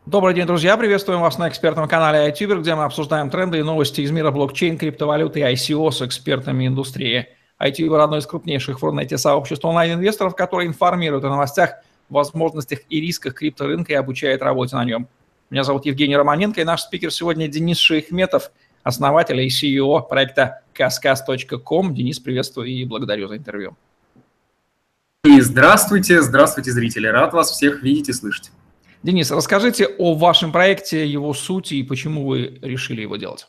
Добрый день, друзья! Приветствуем вас на экспертном канале iTuber, где мы обсуждаем тренды и новости из мира блокчейн, криптовалюты и ICO с экспертами индустрии. iTuber – одно из крупнейших в Рунете-сообществ онлайн-инвесторов, которое информирует о новостях, возможностях и рисках крипторынка и обучает работе на нем. Меня зовут Евгений Романенко, и наш спикер сегодня Денис Шейхметов, основатель и CEO проекта Kaskas.com. Денис, приветствую и благодарю за интервью. Здравствуйте, здравствуйте, зрители. Рад вас всех видеть и слышать. Денис, расскажите о вашем проекте, его сути и почему вы решили его делать.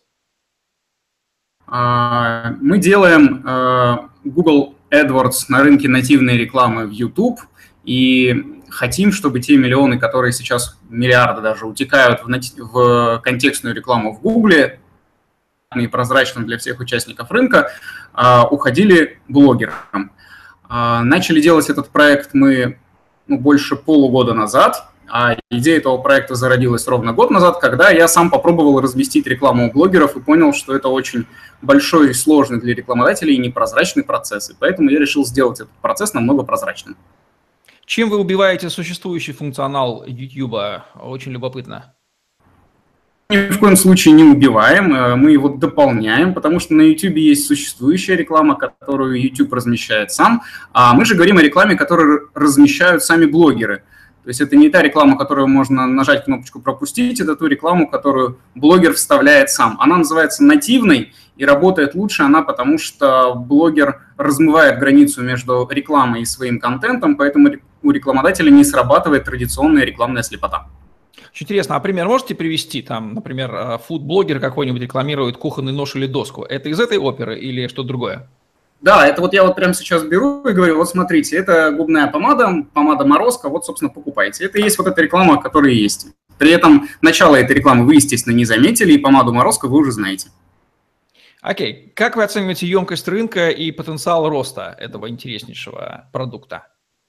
Мы делаем Google AdWords на рынке нативной рекламы в YouTube и хотим, чтобы те миллионы, которые сейчас, миллиарды даже, утекают в контекстную рекламу в Google, и прозрачным для всех участников рынка, уходили блогерам. Начали делать этот проект мы больше полугода назад. А идея этого проекта зародилась ровно год назад, когда я сам попробовал разместить рекламу у блогеров и понял, что это очень большой и сложный для рекламодателей и непрозрачный процесс. И поэтому я решил сделать этот процесс намного прозрачным. Чем вы убиваете существующий функционал YouTube? Очень любопытно. Ни в коем случае не убиваем, мы его дополняем, потому что на YouTube есть существующая реклама, которую YouTube размещает сам, а мы же говорим о рекламе, которую размещают сами блогеры. То есть это не та реклама, которую можно нажать кнопочку «Пропустить», это ту рекламу, которую блогер вставляет сам. Она называется нативной, и работает лучше она, потому что блогер размывает границу между рекламой и своим контентом, поэтому у рекламодателя не срабатывает традиционная рекламная слепота. Очень интересно, а пример можете привести? Там, например, фуд-блогер какой-нибудь рекламирует кухонный нож или доску. Это из этой оперы или что-то другое? Да, это вот я вот прямо сейчас беру и говорю, вот смотрите, это губная помада, помада Морозко, вот, собственно, покупайте. Это и есть вот эта реклама, которая есть. При этом начало этой рекламы вы, естественно, не заметили, и помаду Морозко вы уже знаете. Окей. Как вы оцениваете емкость рынка и потенциал роста этого интереснейшего продукта?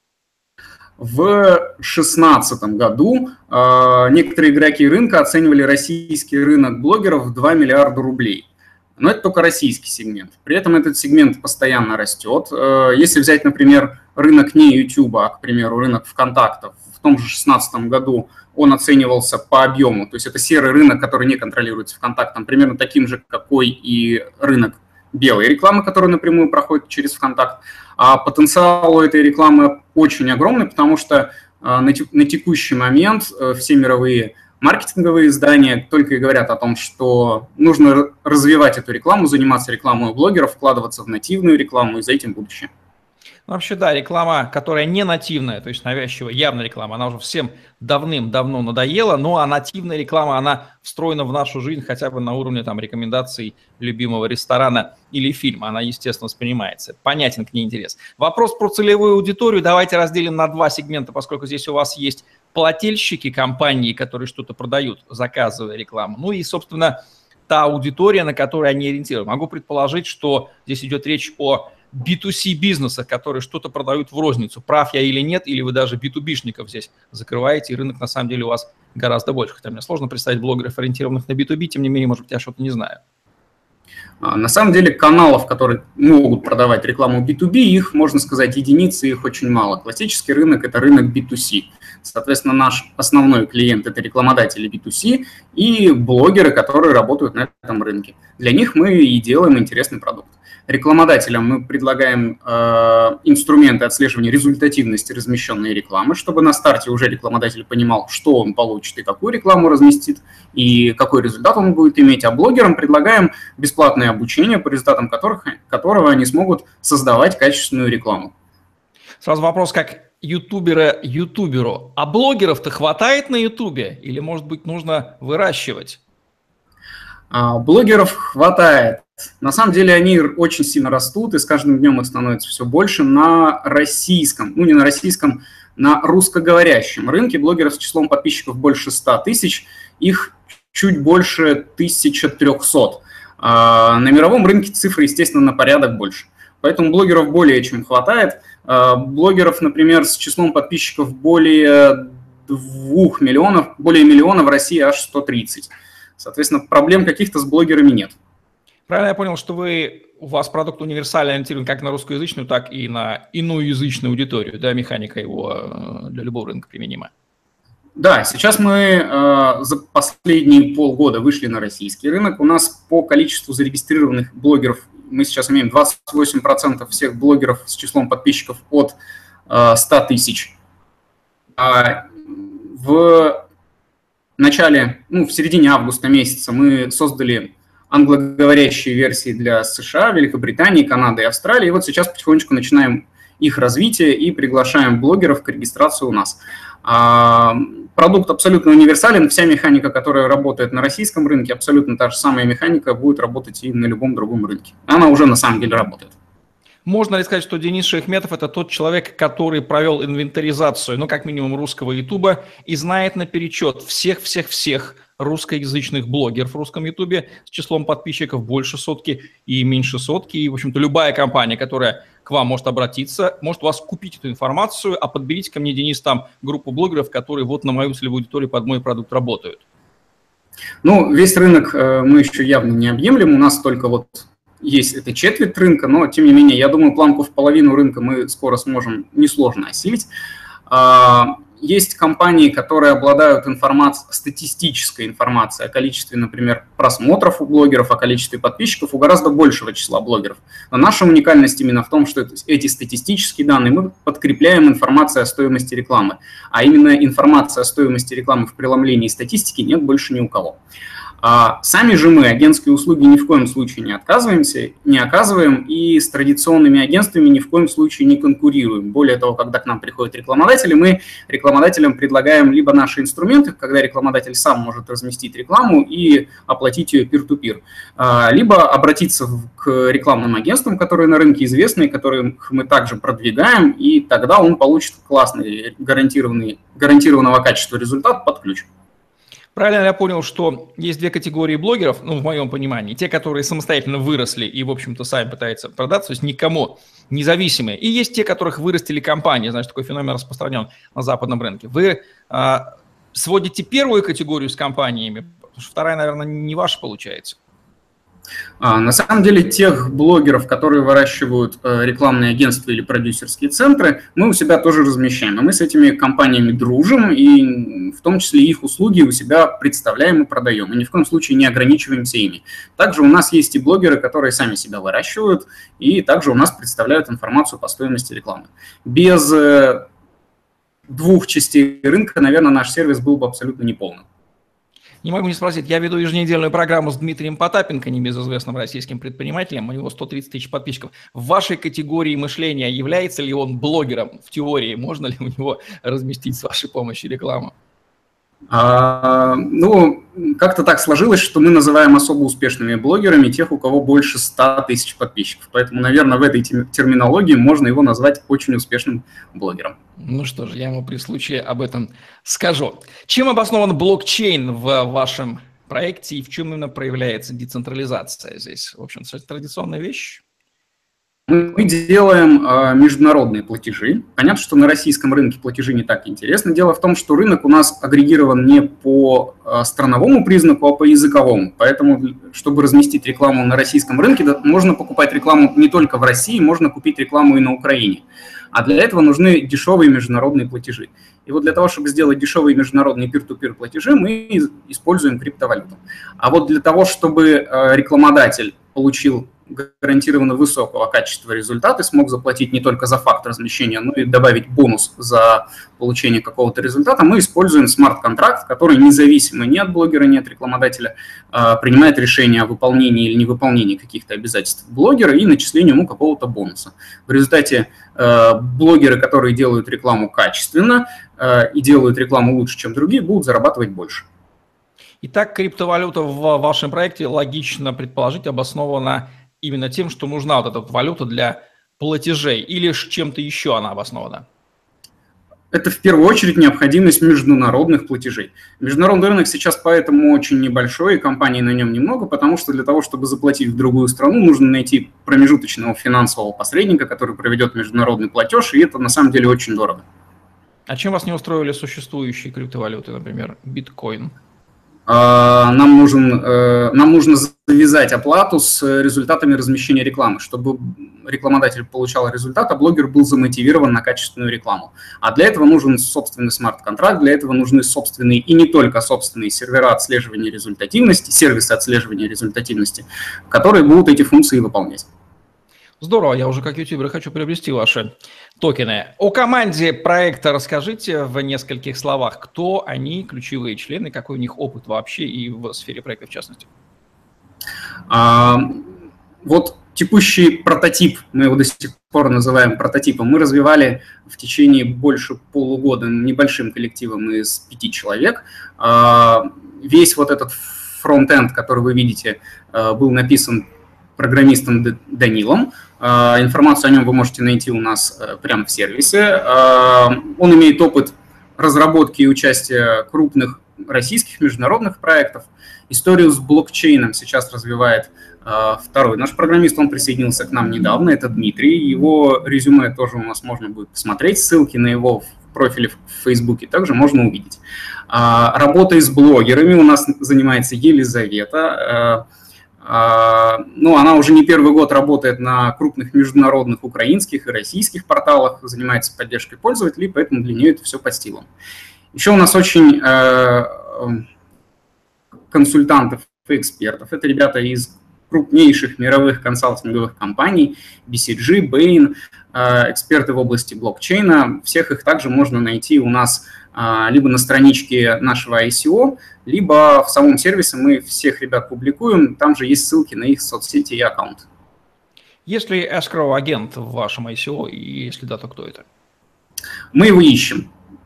В 2016 году некоторые игроки рынка оценивали российский рынок блогеров в 2 миллиарда рублей. Но это только российский сегмент. При этом этот сегмент постоянно растет. Если взять, например, рынок не YouTube, а, к примеру, рынок ВКонтакта, в том же 2016 году он оценивался по объему. То есть это серый рынок, который не контролируется ВКонтактом, примерно таким же, какой и рынок белой рекламы, которая напрямую проходит через ВКонтакт. А потенциал у этой рекламы очень огромный, потому что на текущий момент все мировые маркетинговые издания только и говорят о том, что нужно развивать эту рекламу, заниматься рекламой у блогеров, вкладываться в нативную рекламу и за этим будущее. Вообще, да, реклама, которая не нативная, то есть навязчивая, явная реклама, она уже всем давным-давно надоела, но а нативная реклама, она встроена в нашу жизнь хотя бы на уровне там рекомендаций любимого ресторана или фильма. Она, естественно, воспринимается. Понятен к ней интерес. Вопрос про целевую аудиторию давайте разделим на два сегмента, поскольку здесь у вас есть плательщики компании, которые что-то продают, заказывая рекламу. Ну и, собственно, та аудитория, на которую они ориентированы. Могу предположить, что здесь идет речь о B2C бизнесах, которые что-то продают в розницу. Прав я или нет, или вы даже B2B-шников здесь закрываете, и рынок на самом деле у вас гораздо больше. Хотя мне сложно представить блогеров, ориентированных на B2B, тем не менее, может быть, я что-то не знаю. На самом деле каналов, которые могут продавать рекламу B2B, их, можно сказать, единицы, их очень мало. Классический рынок – это рынок B2C. Соответственно, наш основной клиент – это рекламодатели B2C и блогеры, которые работают на этом рынке. Для них мы и делаем интересный продукт. Рекламодателям мы предлагаем инструменты отслеживания результативности размещенной рекламы, чтобы на старте уже рекламодатель понимал, что он получит и какую рекламу разместит, и какой результат он будет иметь. А блогерам предлагаем бесплатное обучение, по результатам которого они смогут создавать качественную рекламу. Сразу вопрос, как ютубера ютуберу. А блогеров-то хватает на ютубе? Или, может быть, нужно выращивать? Блогеров хватает. На самом деле они очень сильно растут, и с каждым днем их становится все больше на российском, ну не на российском, на русскоговорящем рынке. Блогеров с числом подписчиков больше 100 тысяч, их чуть больше 1300. На мировом рынке цифры, естественно, на порядок больше. Поэтому блогеров более чем хватает. Блогеров, например, с числом подписчиков более 2 миллионов, более миллиона в России аж 130. Соответственно, проблем каких-то с блогерами нет. Правильно я понял, что у вас продукт универсально ориентирован как на русскоязычную, так и на иноязычную аудиторию, да, механика его для любого рынка применима? Да, сейчас мы за последние полгода вышли на российский рынок. У нас по количеству зарегистрированных блогеров мы сейчас имеем 28% всех блогеров с числом подписчиков от 100 тысяч. В начале, в середине августа месяца мы создали англоговорящие версии для США, Великобритании, Канады и Австралии. И вот сейчас потихонечку начинаем их развитие и приглашаем блогеров к регистрации у нас. Продукт абсолютно универсален, вся механика, которая работает на российском рынке, абсолютно та же самая механика будет работать и на любом другом рынке. Она уже на самом деле работает. Можно ли сказать, что Денис Шаяхметов – это тот человек, который провел инвентаризацию, как минимум, русского Ютуба и знает наперечет всех русскоязычных блогеров в русском Ютубе с числом подписчиков больше сотки и меньше сотки. И, в общем-то, любая компания, которая к вам может обратиться, может у вас купить эту информацию, а подберите ко мне, Денис, там группу блогеров, которые вот на мою целевую аудиторию под мой продукт работают. Весь рынок мы еще явно не объемлем, у нас только есть эта четверть рынка, но, тем не менее, я думаю, планку в половину рынка мы скоро сможем несложно осилить. Есть компании, которые обладают статистической информацией о количестве, например, просмотров у блогеров, о количестве подписчиков у гораздо большего числа блогеров. Но наша уникальность именно в том, что эти статистические данные мы подкрепляем информацией о стоимости рекламы. А именно информация о стоимости рекламы в преломлении статистики нет больше ни у кого. Сами же мы агентские услуги ни в коем случае не оказываем, и с традиционными агентствами ни в коем случае не конкурируем. Более того, когда к нам приходят рекламодатели, мы рекламодателям предлагаем либо наши инструменты, когда рекламодатель сам может разместить рекламу и оплатить ее peer-to-peer, либо обратиться к рекламным агентствам, которые на рынке известны, которых мы также продвигаем, и тогда он получит классный гарантированного качества результат под ключ. Правильно я понял, что есть две категории блогеров, в моем понимании. Те, которые самостоятельно выросли и, в общем-то, сами пытаются продаться, то есть никому независимые. И есть те, которых вырастили компании. Знаешь, такой феномен распространен на западном рынке. Вы сводите первую категорию с компаниями, потому что вторая, наверное, не ваша получается. На самом деле тех блогеров, которые выращивают рекламные агентства или продюсерские центры, мы у себя тоже размещаем. И мы с этими компаниями дружим, и в том числе их услуги у себя представляем и продаем. И ни в коем случае не ограничиваемся ими. Также у нас есть и блогеры, которые сами себя выращивают, и также у нас представляют информацию по стоимости рекламы. Без двух частей рынка, наверное, наш сервис был бы абсолютно неполным. Не могу не спросить, я веду еженедельную программу с Дмитрием Потапенко, небезызвестным российским предпринимателем, у него 130 тысяч подписчиков. В вашей категории мышления является ли он блогером в теории? Можно ли у него разместить с вашей помощью рекламу? Как-то так сложилось, что мы называем особо успешными блогерами тех, у кого больше 100 тысяч подписчиков. Поэтому, наверное, в этой терминологии можно его назвать очень успешным блогером. Ну что ж, я ему при случае об этом скажу. Чем обоснован блокчейн в вашем проекте и в чем именно проявляется децентрализация здесь? В общем, это традиционная вещь. Мы делаем международные платежи. Понятно, что на российском рынке платежи не так интересны. Дело в том, что рынок у нас агрегирован не по страновому признаку, а по языковому. Поэтому, чтобы разместить рекламу на российском рынке, можно покупать рекламу не только в России, можно купить рекламу и на Украине. А для этого нужны дешевые международные платежи. И вот для того, чтобы сделать дешевые международные peer-to-peer платежи, мы используем криптовалюту. А вот для того, чтобы рекламодатель получил гарантированно высокого качества результат и смог заплатить не только за факт размещения, но и добавить бонус за получение какого-то результата, мы используем смарт-контракт, который независимо ни от блогера, ни от рекламодателя принимает решение о выполнении или невыполнении каких-то обязательств блогера и начислении ему какого-то бонуса. В результате блогеры, которые делают рекламу качественно и делают рекламу лучше, чем другие, будут зарабатывать больше. Итак, криптовалюта в вашем проекте, логично предположить, обоснована именно тем, что нужна вот эта валюта для платежей, или чем-то еще она обоснована? Это в первую очередь необходимость международных платежей. Международный рынок сейчас поэтому очень небольшой, и компаний на нем немного, потому что для того, чтобы заплатить в другую страну, нужно найти промежуточного финансового посредника, который проведет международный платеж, и это на самом деле очень дорого. А чем вас не устроили существующие криптовалюты, например, биткоин? нам нужно завязать оплату с результатами размещения рекламы, чтобы рекламодатель получал результат, а блогер был замотивирован на качественную рекламу. А для этого нужен собственный смарт-контракт, для этого нужны собственные и не только собственные сервера отслеживания результативности, сервисы отслеживания результативности, которые будут эти функции выполнять. Здорово, я уже как ютубер хочу приобрести ваши токены. О команде проекта расскажите в нескольких словах. Кто они, ключевые члены, какой у них опыт вообще и в сфере проекта в частности? Вот текущий прототип, мы его до сих пор называем прототипом, мы развивали в течение больше полугода небольшим коллективом из 5 человек. Весь вот этот фронт-энд, который вы видите, был написан программистом Данилом. Информацию о нем вы можете найти у нас прямо в сервисе. Он имеет опыт разработки и участия крупных российских международных проектов. Историю с блокчейном сейчас развивает второй наш программист, он присоединился к нам недавно, это Дмитрий. Его резюме тоже у нас можно будет посмотреть, ссылки на его профиле в Фейсбуке также можно увидеть. Работой с блогерами у нас занимается Елизавета. Ну, она уже не первый год работает на крупных международных украинских и российских порталах, занимается поддержкой пользователей, поэтому для нее это все по стилу. Еще у нас очень консультантов и экспертов. Это ребята из крупнейших мировых консалтинговых компаний, BCG, Bain, эксперты в области блокчейна. Всех их также можно найти у нас либо на страничке нашего ICO, либо в самом сервисе мы всех ребят публикуем, там же есть ссылки на их соцсети и аккаунт. Есть ли escrow-агент в вашем ICO, и если да, то кто это? Мы его ищем.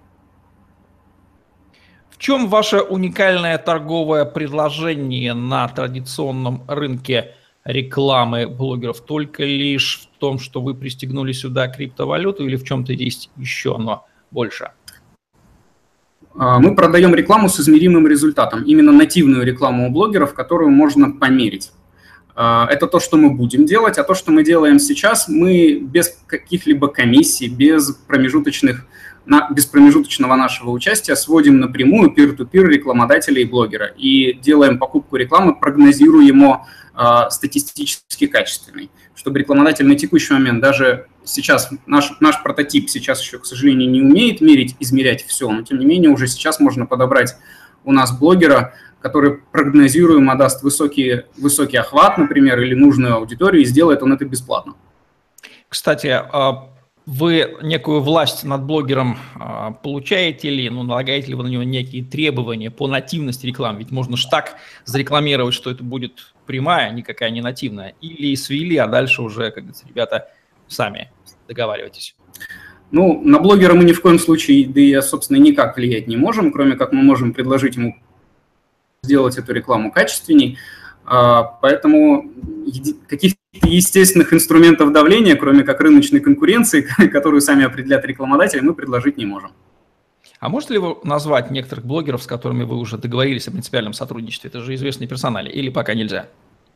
В чем ваше уникальное торговое предложение на традиционном рынке рекламы блогеров? Только лишь в том, что вы пристегнули сюда криптовалюту, или в чем-то есть еще оно больше? Мы продаем рекламу с измеримым результатом, именно нативную рекламу у блогеров, которую можно померить. Это то, что мы будем делать, а то, что мы делаем сейчас, мы без каких-либо комиссий, без промежуточного нашего участия сводим напрямую peer-to-peer рекламодателя и блогера и делаем покупку рекламы прогнозируемо статистически качественной, чтобы рекламодатель на текущий момент, даже сейчас наш прототип сейчас еще, к сожалению, не умеет мерить, измерять все, но тем не менее уже сейчас можно подобрать у нас блогера, который прогнозируемо даст высокий охват, например, или нужную аудиторию, и сделает он это бесплатно. Кстати, вы некую власть над блогером получаете ли, налагаете ли вы на него некие требования по нативности рекламы? Ведь можно же так зарекламировать, что это будет прямая, никакая не нативная. Или свели, а дальше уже, как говорится, ребята, сами договаривайтесь. Ну, на блогера мы ни в коем случае, да и, собственно, никак влиять не можем, кроме как мы можем предложить ему сделать эту рекламу качественней. Поэтому каких-то естественных инструментов давления, кроме как рыночной конкуренции, которую сами определят рекламодатели, мы предложить не можем. А можете ли вы назвать некоторых блогеров, с которыми вы уже договорились о принципиальном сотрудничестве? Это же известные персонали, или пока нельзя?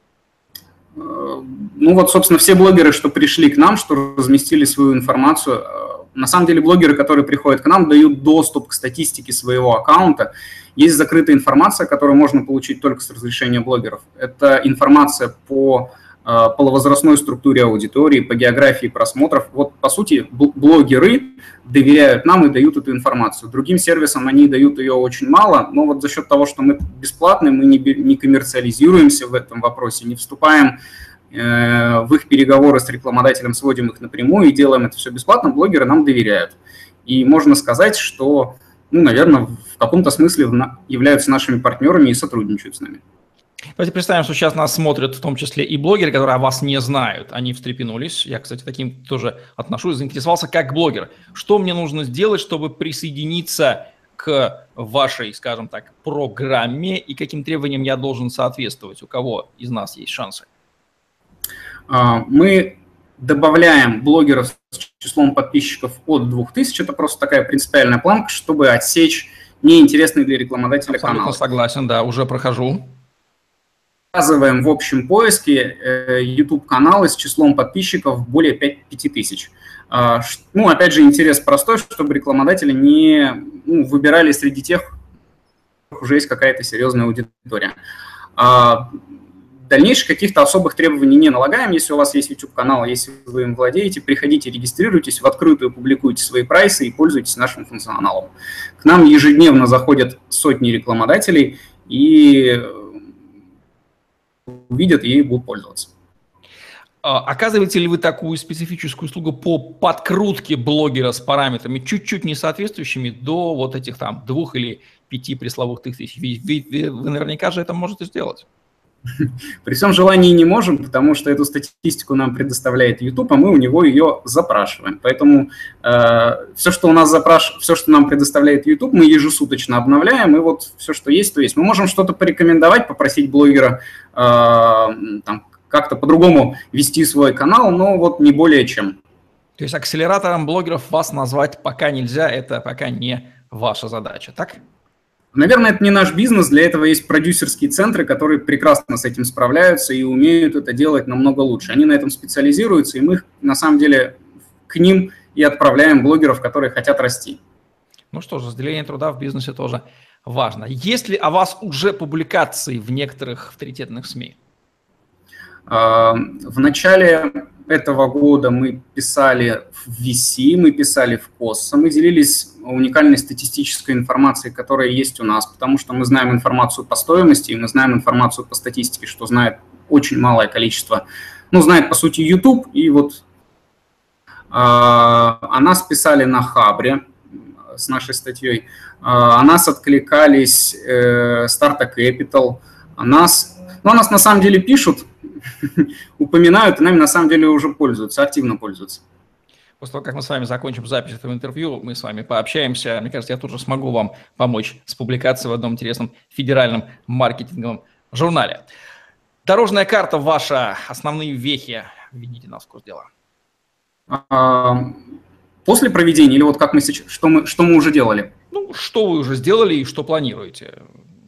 Ну вот, собственно, все блогеры, что пришли к нам, что разместили свою информацию, на самом деле блогеры, которые приходят к нам, дают доступ к статистике своего аккаунта. Есть закрытая информация, которую можно получить только с разрешения блогеров. Это информация по полувозрастной структуре аудитории, по географии просмотров. Вот, по сути, блогеры доверяют нам и дают эту информацию. Другим сервисам они дают ее очень мало, но вот за счет того, что мы бесплатные, мы не коммерциализируемся в этом вопросе, не вступаем в их переговоры с рекламодателем, сводим их напрямую и делаем это все бесплатно, блогеры нам доверяют. И можно сказать, что, наверное, в каком-то смысле являются нашими партнерами и сотрудничают с нами. Давайте представим, что сейчас нас смотрят в том числе и блогеры, которые о вас не знают. Они встрепенулись. Я, кстати, таким тоже отношусь, заинтересовался как блогер. Что мне нужно сделать, чтобы присоединиться к вашей, скажем так, программе, и каким требованиям я должен соответствовать? У кого из нас есть шансы? Мы добавляем блогеров с числом подписчиков от 2000. Это просто такая принципиальная планка, чтобы отсечь неинтересные для рекламодателя каналы. Абсолютно согласен, да, уже прохожу. Показываем в общем поиске YouTube-каналы с числом подписчиков более 5000. Опять же, интерес простой, чтобы рекламодатели не выбирали среди тех уже есть какая-то серьезная аудитория. Дальнейших каких-то особых требований не налагаем. Если у вас есть YouTube-канал, если вы им владеете, приходите, регистрируйтесь, в открытую публикуйте свои прайсы и пользуйтесь нашим функционалом. К нам ежедневно заходят сотни рекламодателей и увидят и будут пользоваться. Оказываете ли вы такую специфическую услугу по подкрутке блогера с параметрами, чуть-чуть не соответствующими до вот этих там 2 или 5 пресловутых тысяч? Вы наверняка же это можете сделать. При всем желании не можем, потому что эту статистику нам предоставляет YouTube, а мы у него ее запрашиваем. Поэтому все, что нам предоставляет YouTube, мы ежесуточно обновляем, и вот все, что есть, то есть. Мы можем что-то порекомендовать, попросить блогера там, как-то по-другому вести свой канал, но вот не более чем. То есть акселератором блогеров вас назвать пока нельзя, это пока не ваша задача, так? Наверное, это не наш бизнес, для этого есть продюсерские центры, которые прекрасно с этим справляются и умеют это делать намного лучше. Они на этом специализируются, и мы, на самом деле, к ним и отправляем блогеров, которые хотят расти. Ну что ж, разделение труда в бизнесе тоже важно. Есть ли о вас уже публикации в некоторых авторитетных СМИ? В начале этого года мы писали в VC, мы писали в Коssa, мы делились уникальной статистической информацией, которая есть у нас, потому что мы знаем информацию по стоимости, и мы знаем информацию по статистике, что знает очень малое количество, знает по сути YouTube, и вот о нас писали на Хабре с нашей статьей, о нас откликались Startup Capital, о нас на самом деле пишут, упоминают, и нами на самом деле уже пользуются, активно пользуются. После того, как мы с вами закончим запись этого интервью, мы с вами пообщаемся. Мне кажется, я тоже смогу вам помочь с публикацией в одном интересном федеральном маркетинговом журнале. Дорожная карта ваша, основные вехи. Введите нас в курс дела. После проведения или вот как мы сейчас, что мы уже делали? Что вы уже сделали и что планируете?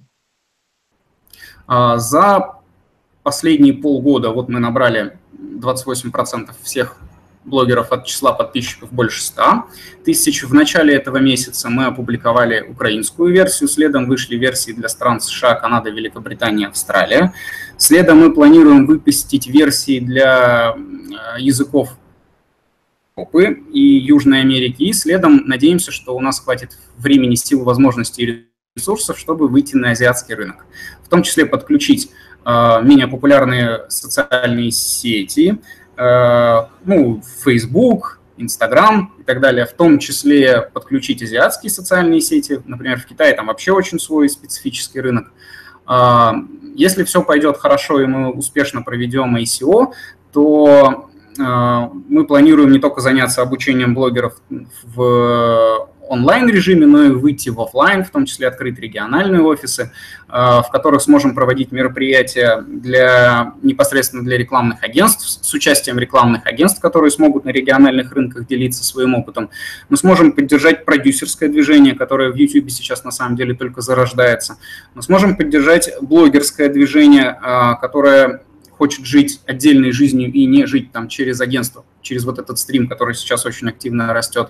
За последние полгода вот мы набрали 28% всех блогеров от числа подписчиков больше 100 тысяч. В начале этого месяца мы опубликовали украинскую версию, следом вышли версии для стран США, Канада, Великобритания, Австралия. Следом мы планируем выпустить версии для языков Европы и Южной Америки. И следом надеемся, что у нас хватит времени, сил, возможностей и ресурсов, чтобы выйти на азиатский рынок. В том числе подключить менее популярные социальные сети, Facebook, Instagram и так далее, в том числе подключить азиатские социальные сети. Например, в Китае там вообще очень свой специфический рынок. Если все пойдет хорошо и мы успешно проведем ICO, то мы планируем не только заняться обучением блогеров в онлайн-режиме, но и выйти в офлайн, в том числе открыть региональные офисы, в которых сможем проводить мероприятия непосредственно для рекламных агентств, с участием рекламных агентств, которые смогут на региональных рынках делиться своим опытом. Мы сможем поддержать продюсерское движение, которое в YouTube сейчас на самом деле только зарождается. Мы сможем поддержать блогерское движение, которое хочет жить отдельной жизнью и не жить там через агентство, через вот этот стрим, который сейчас очень активно растет.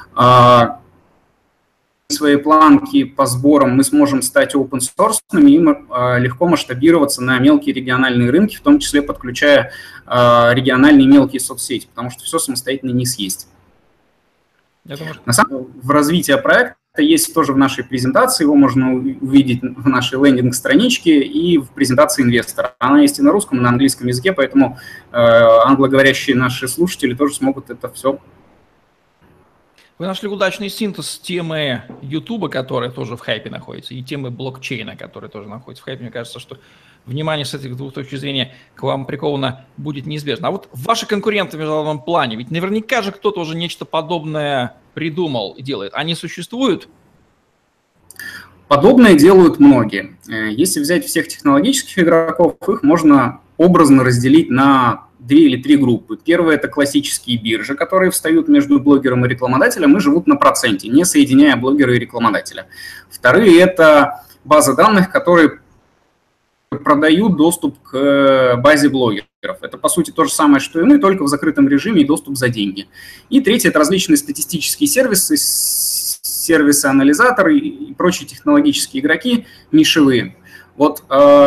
Свои планки по сборам мы сможем стать open-source-ными и легко масштабироваться на мелкие региональные рынки, в том числе подключая региональные мелкие соцсети, потому что все самостоятельно не съесть. На самом деле, в развитии проекта есть тоже в нашей презентации, его можно увидеть в нашей лендинг-страничке и в презентации инвестора. Она есть и на русском, и на английском языке, поэтому англоговорящие наши слушатели тоже смогут это все. Вы нашли удачный синтез темы YouTube, которая тоже в хайпе находится, и темы блокчейна, которая тоже находится в хайпе. Мне кажется, что внимание с этих двух точек зрения к вам приковано будет неизбежно. А вот ваши конкуренты в международном плане, ведь наверняка же кто-то уже нечто подобное придумал и делает. Они существуют? Подобное делают многие. Если взять всех технологических игроков, их можно образно разделить на 2 или 3 группы. Первая – это классические биржи, которые встают между блогером и рекламодателем и живут на проценте, не соединяя блогера и рекламодателя. Вторые – это базы данных, которые продают доступ к базе блогеров. Это, по сути, то же самое, что и мы, только в закрытом режиме и доступ за деньги. И третье – это различные статистические сервисы, сервисы, анализаторы и прочие технологические игроки нишевые. Вот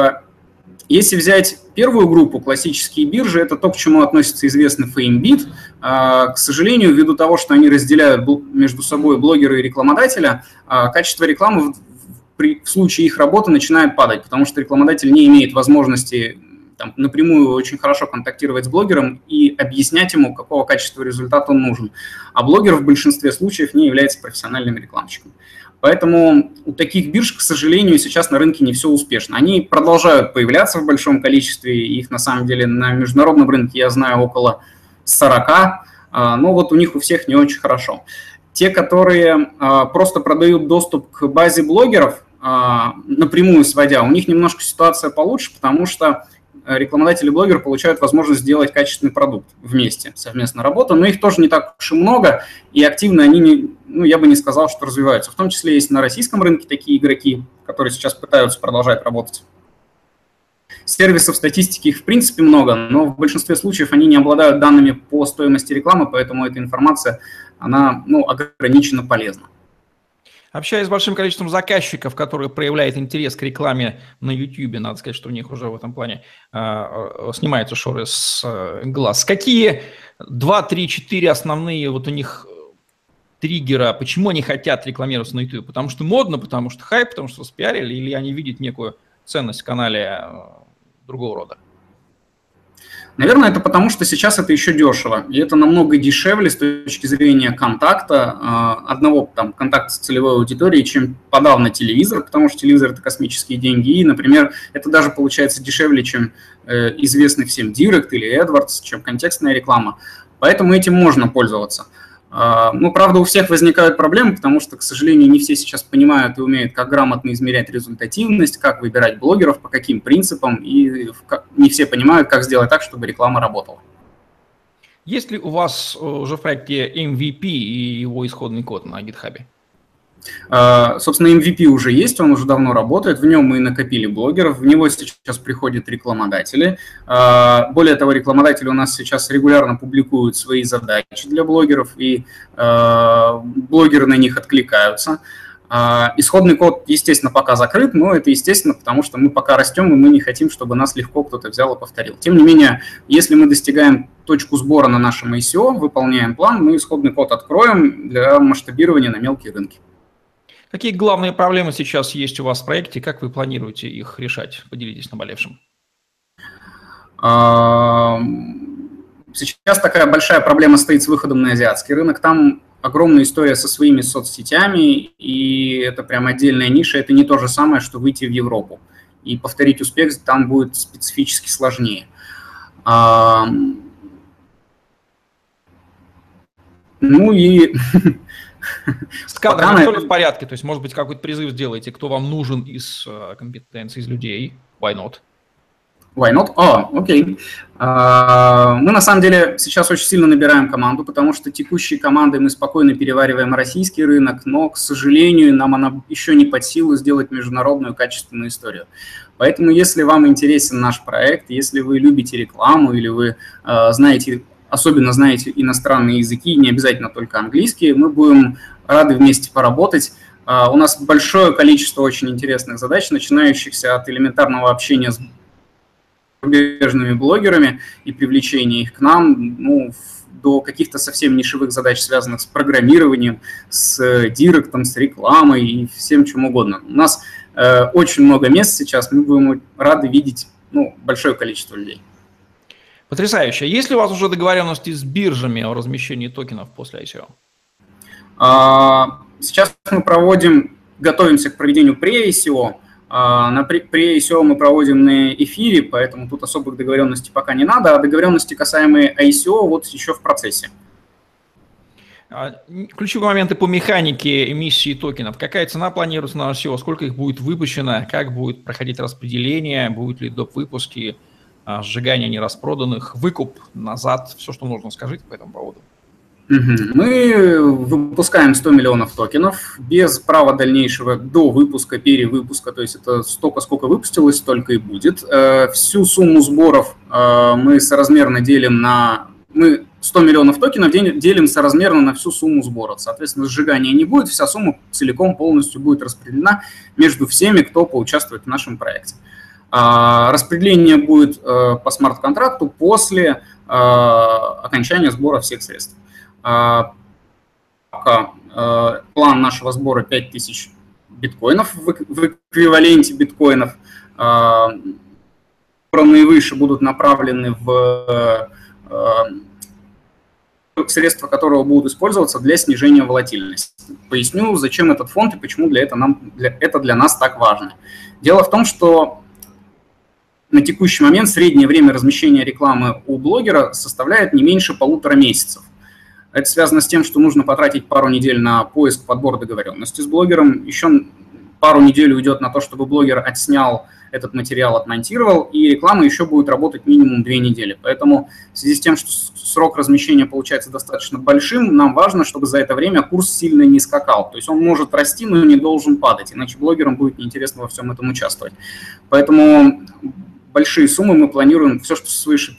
если взять первую группу, классические биржи, это то, к чему относится известный FameBit. К сожалению, ввиду того, что они разделяют между собой блогера и рекламодателя, качество рекламы в случае их работы начинает падать, потому что рекламодатель не имеет возможности там, напрямую очень хорошо контактировать с блогером и объяснять ему, какого качества результата он нужен. А блогер в большинстве случаев не является профессиональным рекламщиком. Поэтому у таких бирж, к сожалению, сейчас на рынке не все успешно. Они продолжают появляться в большом количестве, их на самом деле на международном рынке я знаю около 40, но вот у них у всех не очень хорошо. Те, которые просто продают доступ к базе блогеров, напрямую сводя, у них немножко ситуация получше, потому что рекламодатель и блогер получают возможность сделать качественный продукт вместе, совместно работа, но их тоже не так уж и много, и активно они, я бы не сказал, что развиваются. В том числе есть на российском рынке такие игроки, которые сейчас пытаются продолжать работать. Сервисов статистики их в принципе много, но в большинстве случаев они не обладают данными по стоимости рекламы, поэтому эта информация, она ограниченно полезна. Общаясь с большим количеством заказчиков, которые проявляют интерес к рекламе на YouTube, надо сказать, что у них уже в этом плане снимаются шоры с глаз. Какие 2, 3, 4 основные вот у них триггера, почему они хотят рекламироваться на YouTube? Потому что модно, потому что хайп, потому что спиарили, или они видят некую ценность в канале другого рода? Наверное, это потому, что сейчас это еще дешево, и это намного дешевле с точки зрения контакта, одного там контакта с целевой аудиторией, чем подавно телевизор, потому что телевизор – это космические деньги, и, например, это даже получается дешевле, чем известный всем Direct или AdWords, чем контекстная реклама, поэтому этим можно пользоваться. Правда, у всех возникают проблемы, потому что, к сожалению, не все сейчас понимают и умеют, как грамотно измерять результативность, как выбирать блогеров, по каким принципам, и не все понимают, как сделать так, чтобы реклама работала. Есть ли у вас уже в проекте MVP и его исходный код на GitHub? Собственно, MVP уже есть, он уже давно работает, в нем мы накопили блогеров, в него сейчас приходят рекламодатели. Более того, рекламодатели у нас сейчас регулярно публикуют свои задачи для блогеров, и блогеры на них откликаются. Исходный код, естественно, пока закрыт, но это естественно, потому что мы пока растем, и мы не хотим, чтобы нас легко кто-то взял и повторил. Тем не менее, если мы достигаем точку сбора на нашем ICO, выполняем план, мы исходный код откроем для масштабирования на мелкие рынки. Какие главные проблемы сейчас есть у вас в проекте? Как вы планируете их решать? Поделитесь наболевшим. Сейчас такая большая проблема стоит с выходом на азиатский рынок. Там огромная история со своими соцсетями, и это прям отдельная ниша. Это не то же самое, что выйти в Европу. И повторить успех там будет специфически сложнее. С кадрами все ли в порядке? То есть, может быть, какой-то призыв сделаете, кто вам нужен из компетенций, из людей? Why not? Why not? Окей. Мы, на самом деле, сейчас очень сильно набираем команду, потому что текущие команды мы спокойно перевариваем российский рынок, но, к сожалению, нам она еще не под силу сделать международную качественную историю. Поэтому, если вам интересен наш проект, если вы любите рекламу или вы особенно знаете иностранные языки, не обязательно только английский, мы будем рады вместе поработать. У нас большое количество очень интересных задач, начинающихся от элементарного общения с зарубежными блогерами и привлечения их к нам, до каких-то совсем нишевых задач, связанных с программированием, с директом, с рекламой и всем чем угодно. У нас очень много мест сейчас, мы будем рады видеть большое количество людей. Потрясающе. Есть ли у вас уже договоренности с биржами о размещении токенов после ICO? Сейчас мы готовимся к проведению pre-ICO. На pre-ICO мы проводим на эфире, поэтому тут особых договоренностей пока не надо, а договоренности, касаемые ICO, вот еще в процессе. Ключевые моменты по механике эмиссии токенов. Какая цена планируется на ICO? Сколько их будет выпущено? Как будет проходить распределение? Будут ли доп. Выпуски? Сжигание нераспроданных, выкуп назад, все, что нужно, скажите по этому поводу. Мы выпускаем 100 миллионов токенов без права дальнейшего до выпуска, перевыпуска, то есть это столько, сколько выпустилось, столько и будет. Всю сумму сборов мы соразмерно делим мы 100 миллионов токенов делим соразмерно на всю сумму сбора. Соответственно, сжигания не будет, вся сумма целиком полностью будет распределена между всеми, кто поучаствует в нашем проекте. Распределение будет по смарт-контракту после окончания сбора всех средств. План нашего сбора 5000 биткоинов в эквиваленте биткоинов. Собранные выше будут направлены в средства, которые будут использоваться для снижения волатильности. Поясню, зачем этот фонд и почему это для нас так важно. Дело в том, что на текущий момент среднее время размещения рекламы у блогера составляет не меньше 1,5 месяцев. Это связано с тем, что нужно потратить пару недель на поиск, подбор договоренности с блогером, еще пару недель уйдет на то, чтобы блогер отснял этот материал, отмонтировал, и реклама еще будет работать минимум 2 недели. Поэтому в связи с тем, что срок размещения получается достаточно большим, нам важно, чтобы за это время курс сильно не скакал. То есть он может расти, но не должен падать, иначе блогерам будет неинтересно во всем этом участвовать. Поэтому большие суммы мы планируем, все, что свыше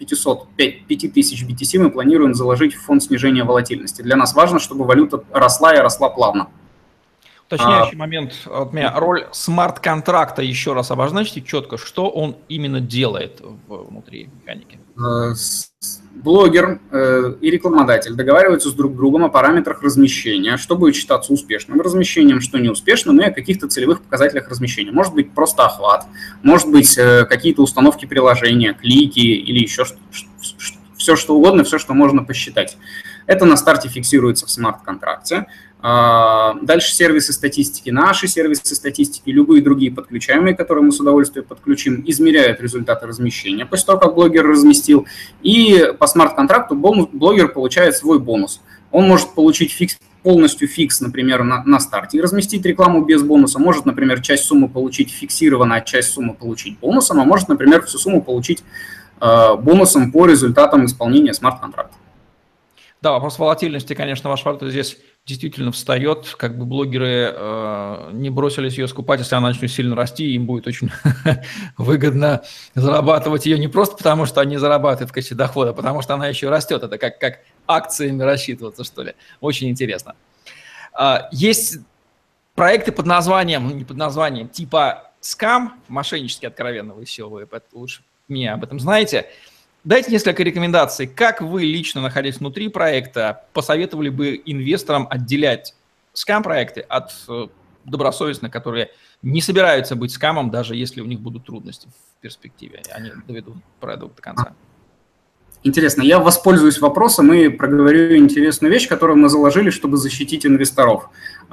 5000 BTC, мы планируем заложить в фонд снижения волатильности. Для нас важно, чтобы валюта росла и росла плавно. Уточняющий момент от меня. Роль смарт-контракта еще раз обозначьте четко, что он именно делает внутри механики. Блогер и рекламодатель договариваются с друг другом о параметрах размещения, что будет считаться успешным размещением, что неуспешным, и о каких-то целевых показателях размещения. Может быть просто охват, может быть какие-то установки приложения, клики или еще все что угодно, все, что можно посчитать. Это на старте фиксируется в смарт-контракте. Дальше сервисы статистики, наши сервисы статистики, любые другие подключаемые, которые мы с удовольствием подключим, измеряют результаты размещения после того, как блогер разместил. И по смарт-контракту блогер получает свой бонус. Он может получить полностью фикс, например, на старте и разместить рекламу без бонуса. Может, например, часть суммы получить фиксированно, а часть суммы получить бонусом, а может, например, всю сумму получить бонусом по результатам исполнения смарт-контракта. Да, вопрос волатильности, конечно, ваш валюта здесь действительно встает, как бы блогеры не бросились ее скупать, если она начнет сильно расти, им будет очень выгодно зарабатывать ее не просто потому, что они зарабатывают в качестве дохода, а потому что она еще растет. Это как акциями рассчитываться, что ли. Очень интересно. Есть проекты под названием, не под названием, типа скам, мошеннически откровенно, вы лучше меня об этом знаете. Дайте несколько рекомендаций, как вы лично, находясь внутри проекта, посоветовали бы инвесторам отделять скам-проекты от добросовестных, которые не собираются быть скамом, даже если у них будут трудности в перспективе, они доведут продукт до конца. Интересно, я воспользуюсь вопросом и проговорю интересную вещь, которую мы заложили, чтобы защитить инвесторов.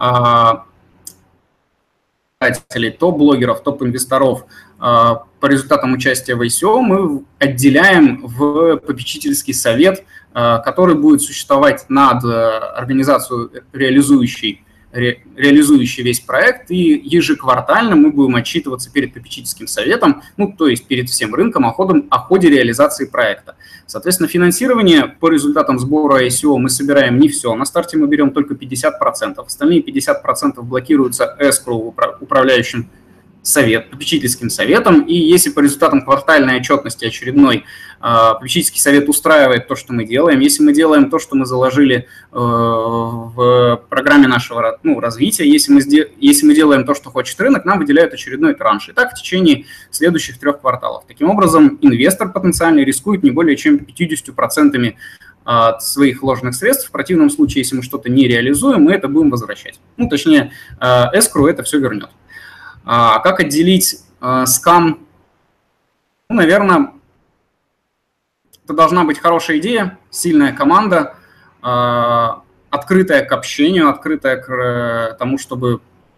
Топ-блогеров, топ-инвесторов по результатам участия в ICO мы отделяем в попечительский совет, который будет существовать над организацией, реализующей весь проект, и ежеквартально мы будем отчитываться перед попечительским советом, то есть перед всем рынком о ходе реализации проекта. Соответственно, финансирование по результатам сбора ICO мы собираем не все. На старте мы берем только 50%. Остальные 50% блокируются escrow, управляющим попечительским советом, и если по результатам квартальной отчетности очередной попечительский совет устраивает то, что мы делаем, если мы делаем то, что мы заложили в программе нашего развития, если мы делаем то, что хочет рынок, нам выделяют очередной транш. И так в течение следующих 3 кварталов. Таким образом, инвестор потенциально рискует не более чем 50% от своих вложенных средств. В противном случае, если мы что-то не реализуем, мы это будем возвращать. Точнее, escrow это все вернет. Как отделить скам? Наверное, это должна быть хорошая идея, сильная команда, открытая к общению, открытая к тому, чтобы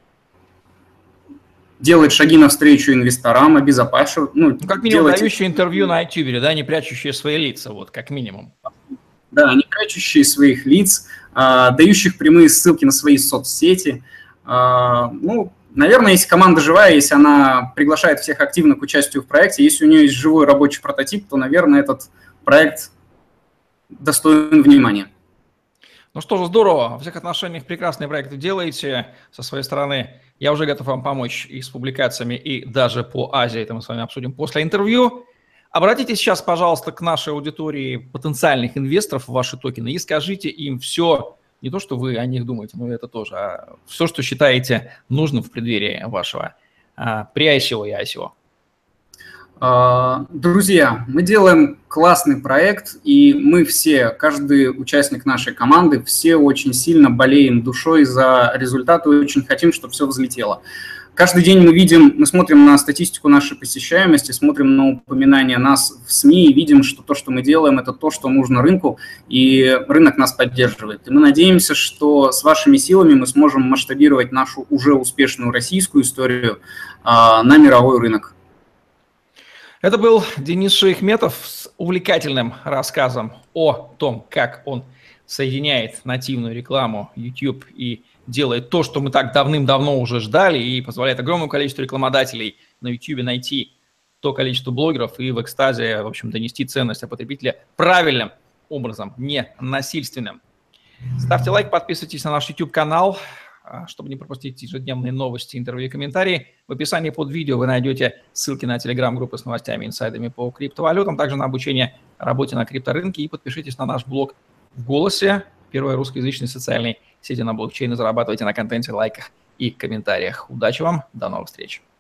делать шаги навстречу инвесторам, обезопасивать. Как минимум, дающие интервью на iTuber, да, не прячущие свои лица, как минимум. Да, не прячущие своих лиц, дающих прямые ссылки на свои соцсети. Наверное, если команда живая, если она приглашает всех активно к участию в проекте, если у нее есть живой рабочий прототип, то, наверное, этот проект достоин внимания. Ну что же, здорово. Во всех отношениях прекрасные проекты делаете со своей стороны. Я уже готов вам помочь и с публикациями, и даже по Азии. Это мы с вами обсудим после интервью. Обратитесь сейчас, пожалуйста, к нашей аудитории потенциальных инвесторов в ваши токены и скажите им все, не то, что вы о них думаете, но это тоже, а все, что считаете нужным в преддверии вашего pre-ICO и ICO. Друзья, мы делаем классный проект, и мы все, каждый участник нашей команды, все очень сильно болеем душой за результаты и очень хотим, чтобы все взлетело. Каждый день мы смотрим на статистику нашей посещаемости, смотрим на упоминания нас в СМИ и видим, что то, что мы делаем, это то, что нужно рынку, и рынок нас поддерживает. И мы надеемся, что с вашими силами мы сможем масштабировать нашу уже успешную российскую историю на мировой рынок. Это был Денис Шейхметов с увлекательным рассказом о том, как он соединяет нативную рекламу YouTube и делает то, что мы так давным-давно уже ждали, и позволяет огромному количеству рекламодателей на YouTube найти то количество блогеров и в экстазе, в общем, донести ценность о потребителе правильным образом, не насильственным. Ставьте лайк, подписывайтесь на наш YouTube-канал, чтобы не пропустить ежедневные новости, интервью и комментарии. В описании под видео вы найдете ссылки на телеграм-группы с новостями и инсайдами по криптовалютам, также на обучение работе на крипторынке, и подпишитесь на наш блог в «Голосе», первой русскоязычной социальной сети на блокчейне. Зарабатывайте на контенте, лайках и комментариях. Удачи вам, до новых встреч!